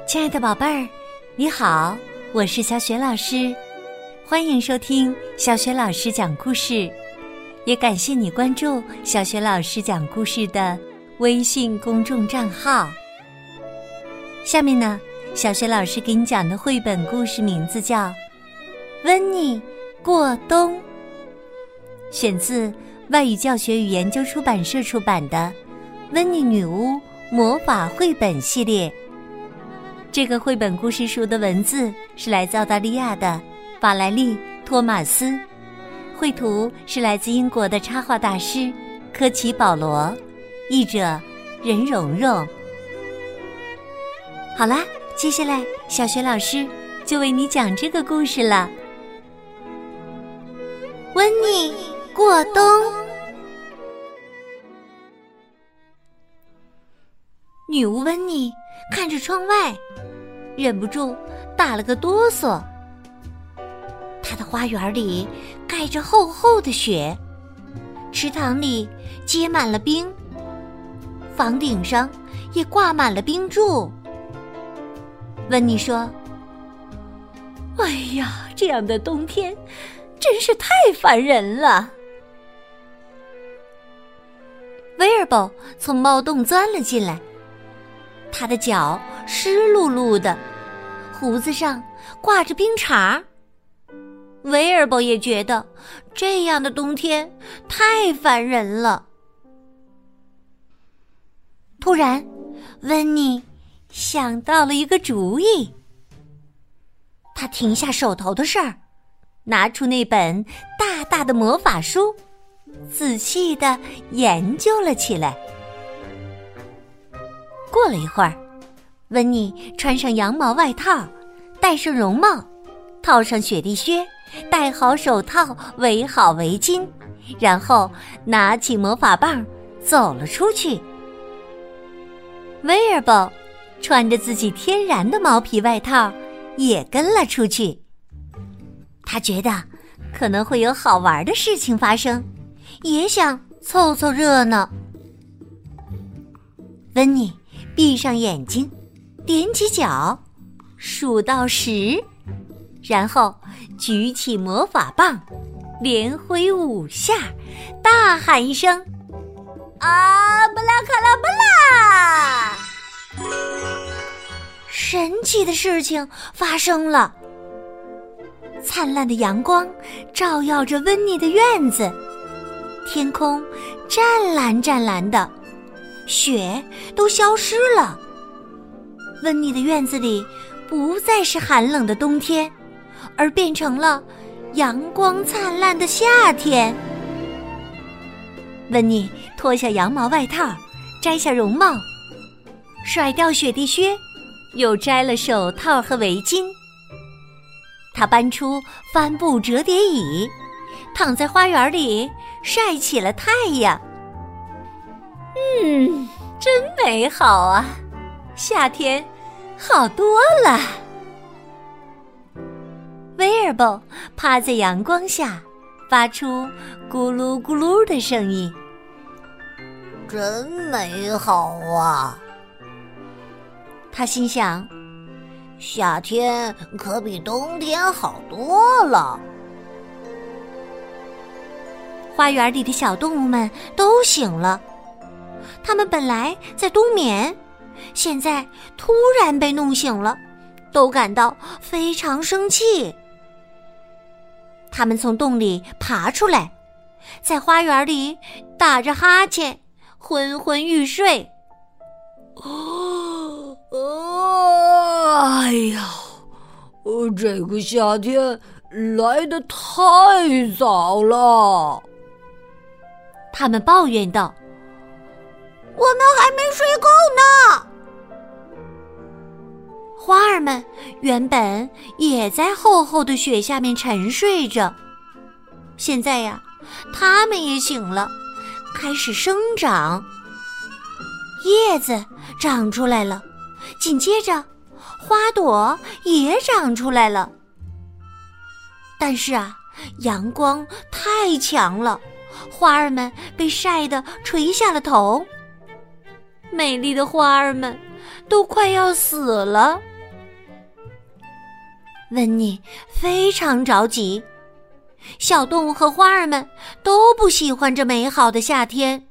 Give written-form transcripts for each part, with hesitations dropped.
亲爱的宝贝儿，你好，我是小雪老师，欢迎收听小雪老师讲故事，也感谢你关注小雪老师讲故事的微信公众账号。下面呢，小雪老师给你讲的绘本故事名字叫《温妮过冬》，选自外语教学与研究出版社出版的《温妮女巫魔法绘本系列》。这个绘本故事书的文字是来自澳大利亚的法莱利·托马斯，绘图是来自英国的插画大师科奇·保罗，译者任蓉蓉。好啦，接下来小雪老师就为你讲这个故事了。温妮过冬。女巫温妮看着窗外，忍不住打了个哆嗦。她的花园里盖着厚厚的雪，池塘里结满了冰，房顶上也挂满了冰柱。温妮说：“哎呀，这样的冬天真是太烦人了。”威尔伯从猫洞钻了进来，他的脚湿漉漉的，胡子上挂着冰碴。威尔伯也觉得这样的冬天太烦人了。突然，温妮想到了一个主意。他停下手头的事儿，拿出那本大大的魔法书，仔细地研究了起来。过了一会儿，温妮穿上羊毛外套，戴上绒帽，套上雪地靴，戴好手套，围好围巾，然后拿起魔法棒走了出去。威尔伯穿着自己天然的毛皮外套也跟了出去。他觉得可能会有好玩的事情发生，也想凑凑热闹。温妮闭上眼睛，踮起脚，数到10，然后举起魔法棒，连挥5下，大喊一声：“啊，布拉卡拉布拉！”神奇的事情发生了，灿烂的阳光照耀着温妮的院子，天空湛蓝湛蓝的，雪都消失了。温妮的院子里不再是寒冷的冬天，而变成了阳光灿烂的夏天。温妮脱下羊毛外套，摘下绒帽，甩掉雪地靴，又摘了手套和围巾。她搬出帆布折叠椅，躺在花园里晒起了太阳。真美好啊，夏天好多了。威尔伯趴在阳光下，发出咕噜咕噜的声音。 真美好啊！ 他心想， 夏天可比冬天好多了。 花园里的小动物们都醒了，它们本来在冬眠，现在突然被弄醒了，都感到非常生气。它们从洞里爬出来，在花园里打着哈欠，昏昏欲睡。 哎呀，这个夏天来得太早了。 他们抱怨道：“ 我们还没睡够呢。” 花儿们原本也在厚厚的雪下面沉睡着，现在呀，它们也醒了，开始生长。叶子长出来了，紧接着花朵也长出来了。但是啊，阳光太强了，花儿们被晒得垂下了头。美丽的花儿们都快要死了。 温妮非常着急，小动物和花儿们都不喜欢这美好的夏天。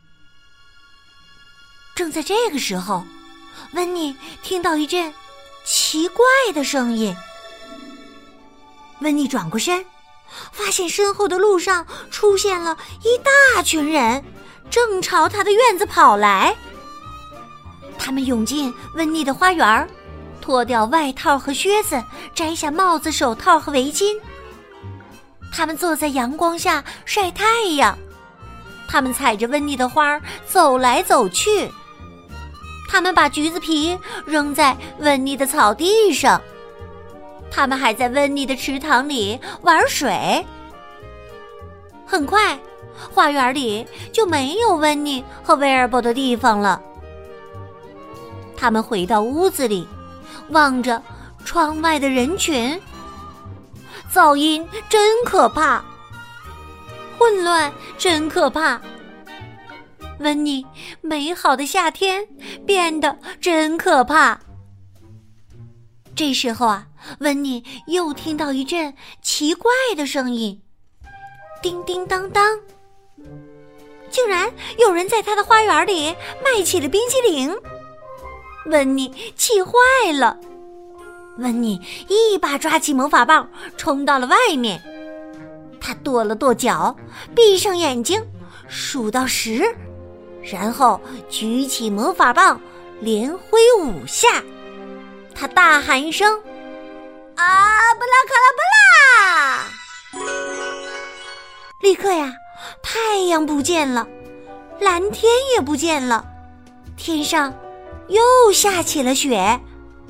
正在这个时候，温妮听到一阵奇怪的声音。温妮转过身，发现身后的路上出现了一大群人，正朝他的院子跑来。他们涌进温妮的花园，脱掉外套和靴子，摘下帽子、手套和围巾。他们坐在阳光下晒太阳，他们踩着温妮的花走来走去，他们把橘子皮扔在温妮的草地上，他们还在温妮的池塘里玩水。很快，花园里就没有温妮和威尔伯的地方了。他们回到屋子里，望着窗外的人群，噪音真可怕，混乱真可怕。温妮美好的夏天变得真可怕。这时候啊，温妮又听到一阵奇怪的声音，叮叮当当，竟然有人在他的花园里卖起了冰淇淋。温妮气坏了，温妮一把抓起魔法棒，冲到了外面。他跺了跺脚，闭上眼睛，数到10，然后举起魔法棒，连挥5下。他大喊一声：“啊，布拉卡拉布拉！”立刻呀，太阳不见了，蓝天也不见了，天上又下起了雪。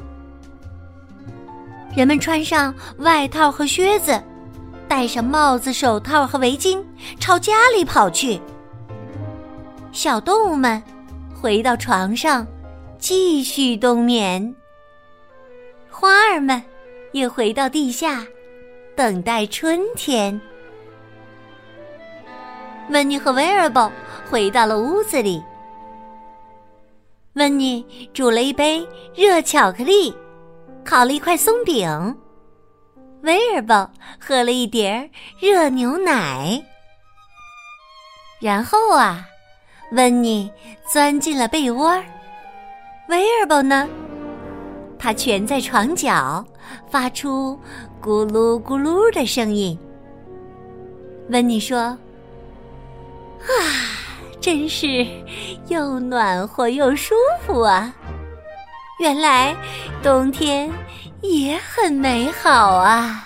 人们穿上外套和靴子，戴上帽子、手套和围巾，朝家里跑去。小动物们回到床上，继续冬眠。花儿们也回到地下，等待春天。温妮和威尔伯回到了屋子里。温妮煮了一杯热巧克力，烤了一块松饼。威尔伯喝了一碟热牛奶。然后啊，温妮钻进了被窝，威尔伯呢，他蜷在床角，发出咕噜咕噜的声音。温妮说：“啊，真是又暖和又舒服啊！原来冬天也很美好啊！”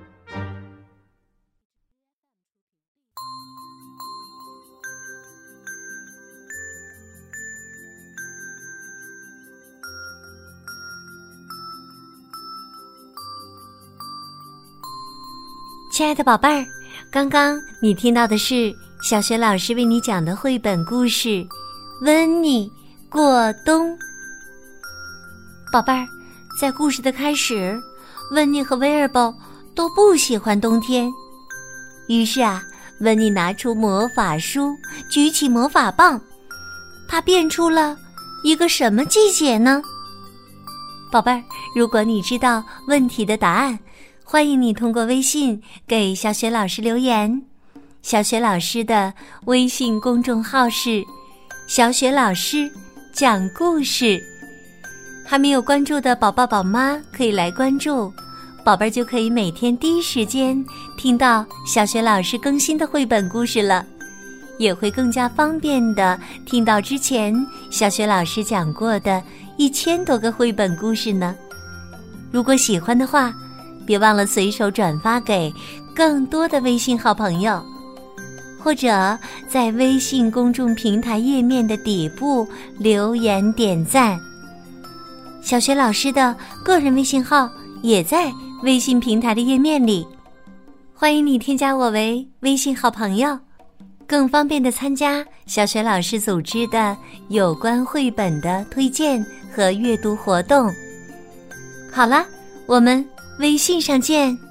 亲爱的宝贝儿，刚刚你听到的是小学老师为你讲的绘本故事《温妮过冬》。宝贝儿，在故事的开始，温妮和威尔伯都不喜欢冬天。于是啊，温妮拿出魔法书，举起魔法棒，她变出了一个什么季节呢？宝贝儿，如果你知道问题的答案，欢迎你通过微信给小雪老师留言。小雪老师的微信公众号是小雪老师讲故事，还没有关注的宝宝宝妈可以来关注，宝贝儿就可以每天第一时间听到小雪老师更新的绘本故事了，也会更加方便的听到之前小雪老师讲过的1000多个绘本故事呢。如果喜欢的话，别忘了随手转发给更多的微信好朋友，或者在微信公众平台页面的底部留言点赞。小雪老师的个人微信号也在微信平台的页面里，欢迎你添加我为微信好朋友，更方便的参加小雪老师组织的有关绘本的推荐和阅读活动。好了，我们微信上见。